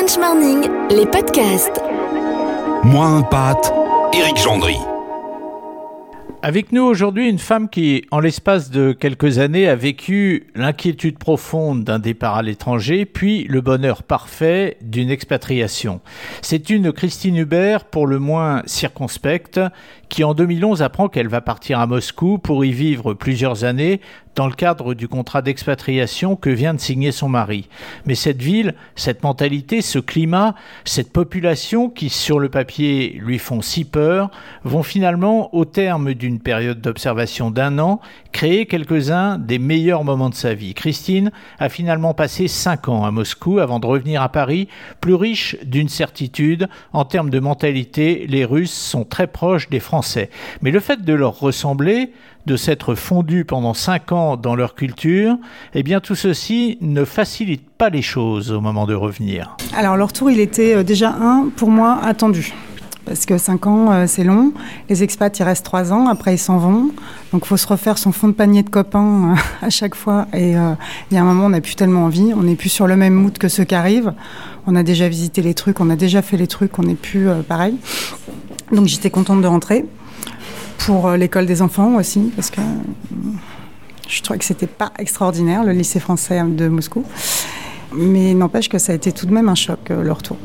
Crunch Morning, les podcasts. Moins un pâte, Éric Gendry. Avec nous aujourd'hui, une femme qui, en l'espace de quelques années, a vécu l'inquiétude profonde d'un départ à l'étranger, puis le bonheur parfait d'une expatriation. C'est une Christine Hubert, pour le moins circonspecte, qui en 2011 apprend qu'elle va partir à Moscou pour y vivre plusieurs années dans le cadre du contrat d'expatriation que vient de signer son mari. Mais cette ville, cette mentalité, ce climat, cette population qui, sur le papier, lui font si peur, vont finalement, au terme d'une période d'observation d'1 an, créer quelques-uns des meilleurs moments de sa vie. Christine a finalement passé 5 ans à Moscou avant de revenir à Paris, plus riche d'une certitude. En termes de mentalité, les Russes sont très proches des Français. Mais le fait de leur ressembler, de s'être fondus pendant 5 ans dans leur culture, eh bien tout ceci ne facilite pas les choses au moment de revenir. Alors le retour, il était déjà pour moi, attendu. Parce que 5 ans, c'est long. Les expats, ils restent 3 ans. Après, ils s'en vont. Donc, il faut se refaire son fond de panier de copains à chaque fois. Et il y a un moment, on n'a plus tellement envie. On n'est plus sur le même mood que ceux qui arrivent. On a déjà visité les trucs. On a déjà fait les trucs. On n'est plus pareil. Donc, j'étais contente de rentrer. Pour l'école des enfants aussi. Parce que je trouvais que c'était pas extraordinaire, le lycée français de Moscou. Mais n'empêche que ça a été tout de même un choc, le retour.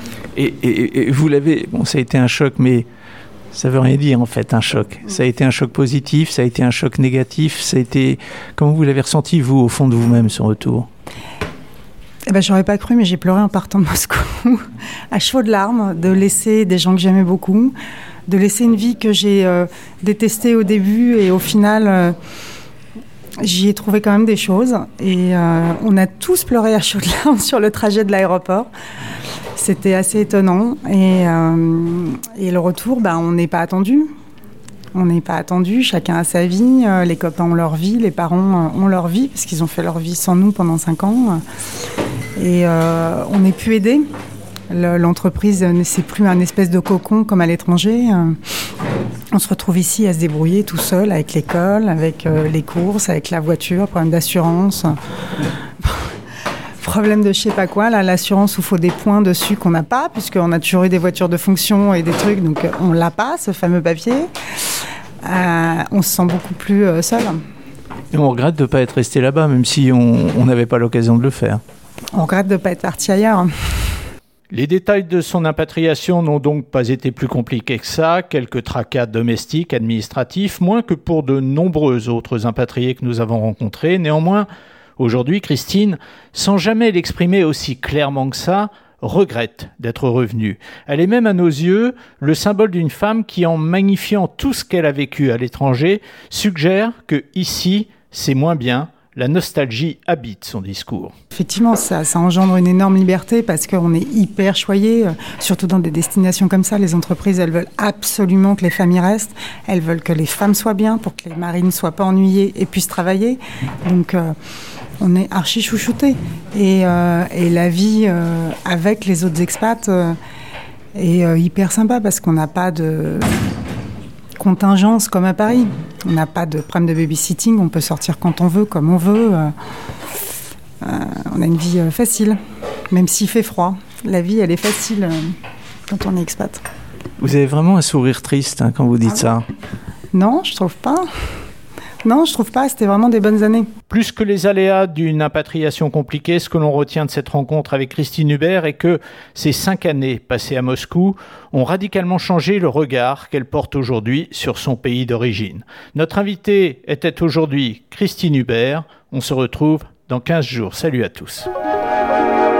Et vous l'avez... Bon, ça a été un choc, mais ça veut rien dire, en fait, un choc. Ça a été un choc positif, ça a été un choc négatif, ça a été... Comment vous l'avez ressenti, vous, au fond de vous-même, ce retour ? Eh ben, j'aurais pas cru, mais j'ai pleuré en partant de Moscou, à chaudes larmes, de laisser des gens que j'aimais beaucoup, de laisser une vie que j'ai détestée au début, et au final... j'y ai trouvé quand même des choses. Et on a tous pleuré à chaudes larmes sur le trajet de l'aéroport. C'était assez étonnant. Et le retour, on n'est pas attendu. On n'est pas attendu. Chacun a sa vie. Les copains ont leur vie. Les parents ont leur vie, parce qu'ils ont fait leur vie sans nous pendant 5 ans. Et on n'est plus aidé. L'entreprise, c'est plus un espèce de cocon comme à l'étranger. On se retrouve ici à se débrouiller tout seul avec l'école, avec les courses, avec la voiture, problème d'assurance, problème de je sais pas quoi. Là, l'assurance où il faut des points dessus qu'on n'a pas, puisqu'on a toujours eu des voitures de fonction et des trucs, donc on l'a pas, ce fameux papier. On se sent beaucoup plus seul. Et on regrette de ne pas être resté là-bas, même si on n'avait pas l'occasion de le faire. On regrette de ne pas être parti ailleurs. Les détails de son impatriation n'ont donc pas été plus compliqués que ça, quelques tracas domestiques, administratifs, moins que pour de nombreux autres impatriés que nous avons rencontrés. Néanmoins, aujourd'hui, Christine, sans jamais l'exprimer aussi clairement que ça, regrette d'être revenue. Elle est même à nos yeux le symbole d'une femme qui, en magnifiant tout ce qu'elle a vécu à l'étranger, suggère que ici, c'est moins bien. La nostalgie habite son discours. Effectivement, ça engendre une énorme liberté parce qu'on est hyper choyé, surtout dans des destinations comme ça. Les entreprises, elles veulent absolument que les familles restent. Elles veulent que les femmes soient bien pour que les maris ne soient pas ennuyés et puissent travailler. Donc, on est archi chouchoutés. Et la vie avec les autres expats est hyper sympa parce qu'on n'a pas de contingence comme à Paris. On n'a pas de problème de babysitting, on peut sortir quand on veut, comme on veut. On a une vie facile, même s'il fait froid. La vie, elle est facile quand on est expat. Vous avez vraiment un sourire triste quand vous dites ça. Non, je trouve pas. Non, je trouve pas. C'était vraiment des bonnes années. Plus que les aléas d'une impatriation compliquée, ce que l'on retient de cette rencontre avec Christine Hubert est que ces 5 années passées à Moscou ont radicalement changé le regard qu'elle porte aujourd'hui sur son pays d'origine. Notre invitée était aujourd'hui Christine Hubert. On se retrouve dans 15 jours. Salut à tous.